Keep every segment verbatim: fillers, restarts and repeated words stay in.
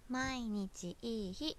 毎日いい日。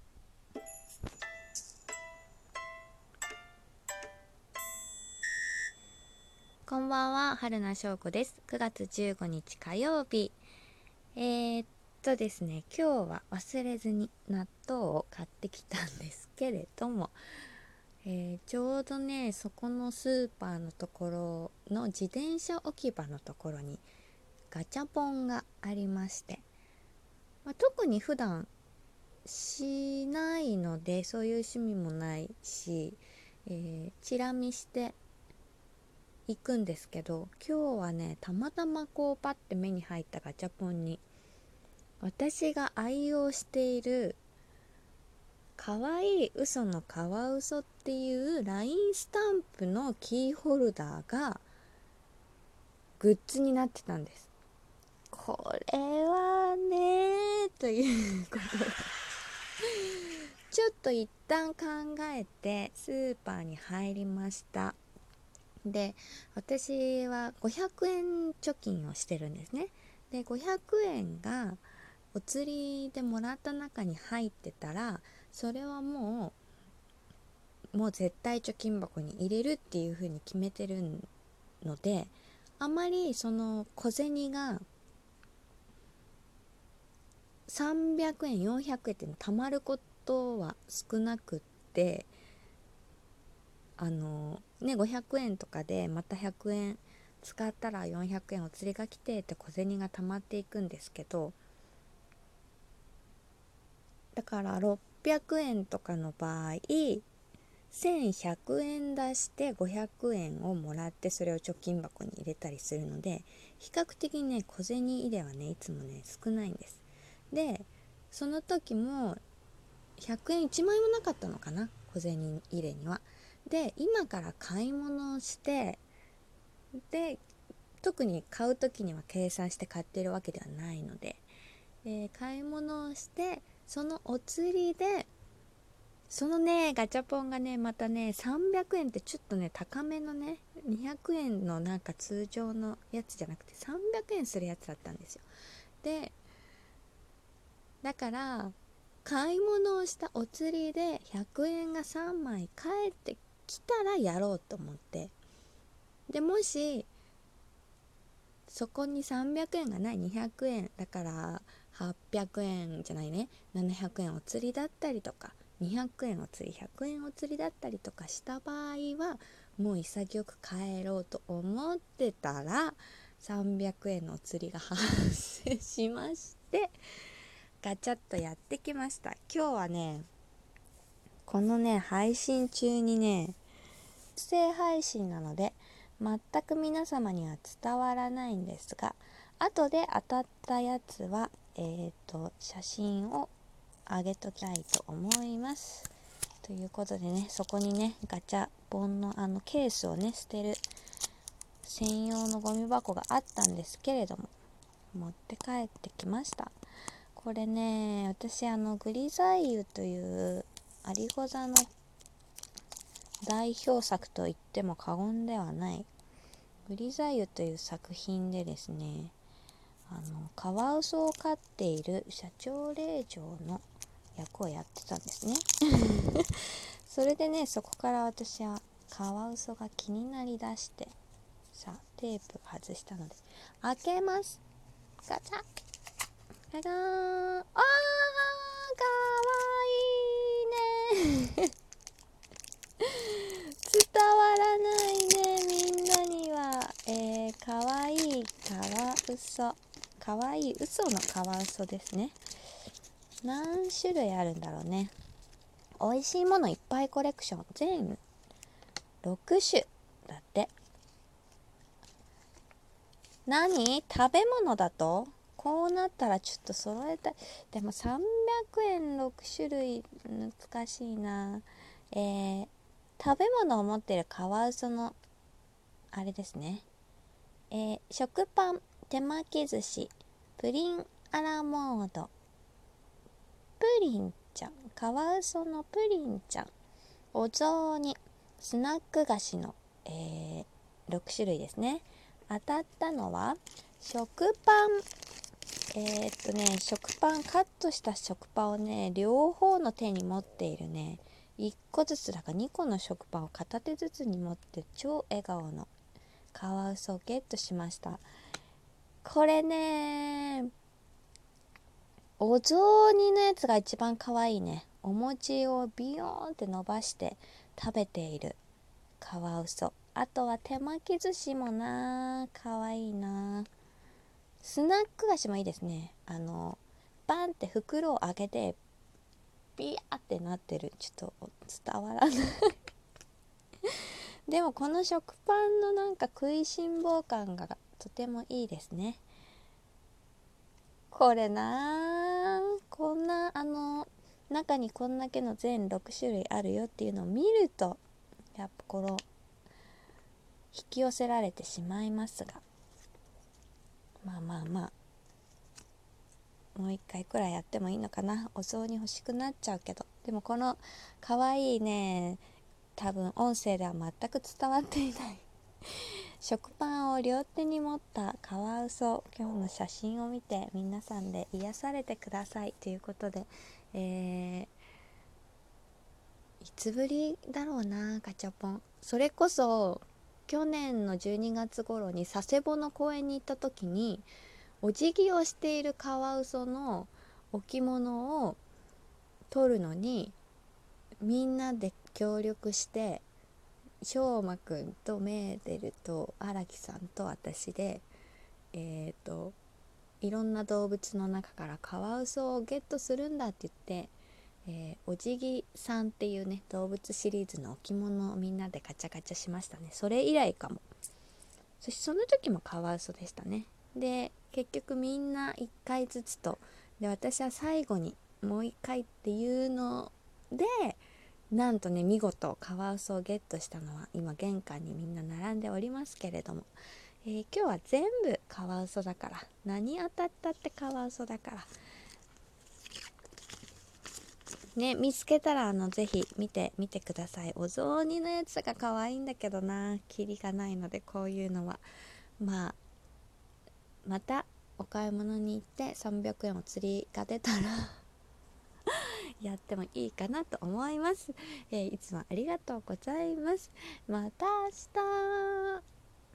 こんばんは、春名翔子です。くがつじゅうごにち火曜日。えー、っとですね今日は忘れずに納豆を買ってきたんですけれども、えー、ちょうどねそこのスーパーのところの自転車置き場のところにガチャポンがありまして、まあ、特に普段しないのでそういう趣味もないし、えー、チラ見して行くんですけど、今日はねたまたまこうパッて目に入ったガチャポンに私が愛用しているかわいい嘘のカワウソっていうラインスタンプのキーホルダーがグッズになってたんです。これはねということでちょっと一旦考えてスーパーに入りました。で、私はごひゃくえん貯金をしてるんですね。で、ごひゃくえんがお釣りでもらった中に入ってたら、それはもうもう絶対貯金箱に入れるっていう風に決めてるので、あまりその小銭がさんびゃくえんよんひゃくえんって貯まることは少なくって、あのねごひゃくえんとかでまたひゃくえん使ったらよんひゃくえんお釣りが来てって小銭が貯まっていくんですけど、だからろっぴゃくえんとかの場合せんひゃくえん出してごひゃくえんをもらってそれを貯金箱に入れたりするので、比較的ね小銭入れはねいつもね少ないんです。でその時もひゃくえんいちまいもなかったのかな、小銭入れには。で今から買い物をして、で特に買う時には計算して買ってるわけではないので、えー買い物をしてそのお釣りでそのねガチャポンがねまたねさんびゃくえんってちょっとね高めのねにひゃくえんのなんか通常のやつじゃなくてさんびゃくえんするやつだったんですよ。でだから買い物をしたお釣りでひゃくえんがさんまい返ってきたらやろうと思って、でもしそこにさんびゃくえんがないにひゃくえんだから、はっぴゃくえんじゃないねななひゃくえんお釣りだったりとかにひゃくえんお釣りひゃくえんお釣りだったりとかした場合はもう潔く帰ろうと思ってたらさんびゃくえんのお釣りが発生しまして、ガチャッとやってきました。今日はねこのね配信中にね音声配信なので全く皆様には伝わらないんですが、後で当たったやつはえーと写真を上げときたいと思います。ということでね、そこにねガチャポンのあのケースをね捨てる専用のゴミ箱があったんですけれども、持って帰ってきました。これね私あのグリザイユというアリゴザの代表作と言っても過言ではないグリザイユという作品でですね、あのカワウソを飼っている社長令嬢の役をやってたんですねそれでねそこから私はカワウソが気になりだして、さあテープ外したので開けます。ガチャガチャーン、あーかわいいね伝わらないねみんなには。えー、かわいいカワウソ、かわいい嘘のカワウソですね。何種類あるんだろうね。美味しいものいっぱいコレクション全ろくしゅだって。何食べ物だとこうなったらちょっと揃えたい。でもさんびゃくえんろくしゅるい難しいな。えー、食べ物を持ってるカワウソのあれですね。えー、食パン、手巻き寿司、プリンアラモード、プリンちゃん、カワウソのプリンちゃん、お雑煮、スナック菓子の、えー、ろくしゅるいですね。当たったのは食パンえー、っとね食パン、カットした食パンをね両方の手に持っているね、いっこずつだからにこの食パンを片手ずつに持って超笑顔のカワウソをゲットしました。これねお雑煮のやつが一番可愛いね。お餅をビヨーンって伸ばして食べているカワウソ。あとは手巻き寿司もな可愛いな。スナック菓子もいいですね。あのバンって袋を開けてビヤーってなってる。ちょっと伝わらないでもこの食パンのなんか食いしん坊感がとてもいいですね。これなこんなあの中にこんだけの全ろくしゅるいあるよっていうのを見るとやっぱこの引き寄せられてしまいますが、まあまあまあもう一回くらいやってもいいのかな。お雑煮欲しくなっちゃうけど、でもこの可愛いね、多分音声では全く伝わっていない食パンを両手に持ったカワウソ、今日の写真を見て皆さんで癒されてくださいということで、えー、いつぶりだろうなガチャポン。それこそ去年のじゅうにがつ頃に佐世保の公園に行った時にお辞儀をしているカワウソの置物を取るのにみんなで協力してしょうまくんとメーデルと荒木さんと私でえーといろんな動物の中からカワウソをゲットするんだって言って、えー、おじぎさんっていうね動物シリーズの置物をみんなでガチャガチャしましたね。それ以来かも。そしてその時もカワウソでしたね。で結局みんないっかいずつと、で私は最後にもういっかいっていうのでなんとね見事カワウソをゲットしたのは今玄関にみんな並んでおりますけれども、えー、今日は全部カワウソだから、何当たったってカワウソだからね、見つけたらあのぜひ見てみてください。お雑煮のやつが可愛いんだけどな、キリがないのでこういうのはまあまたお買い物に行ってさんびゃくえんお釣りが出たらやってもいいかなと思います。えー、いつもありがとうございます。また明日。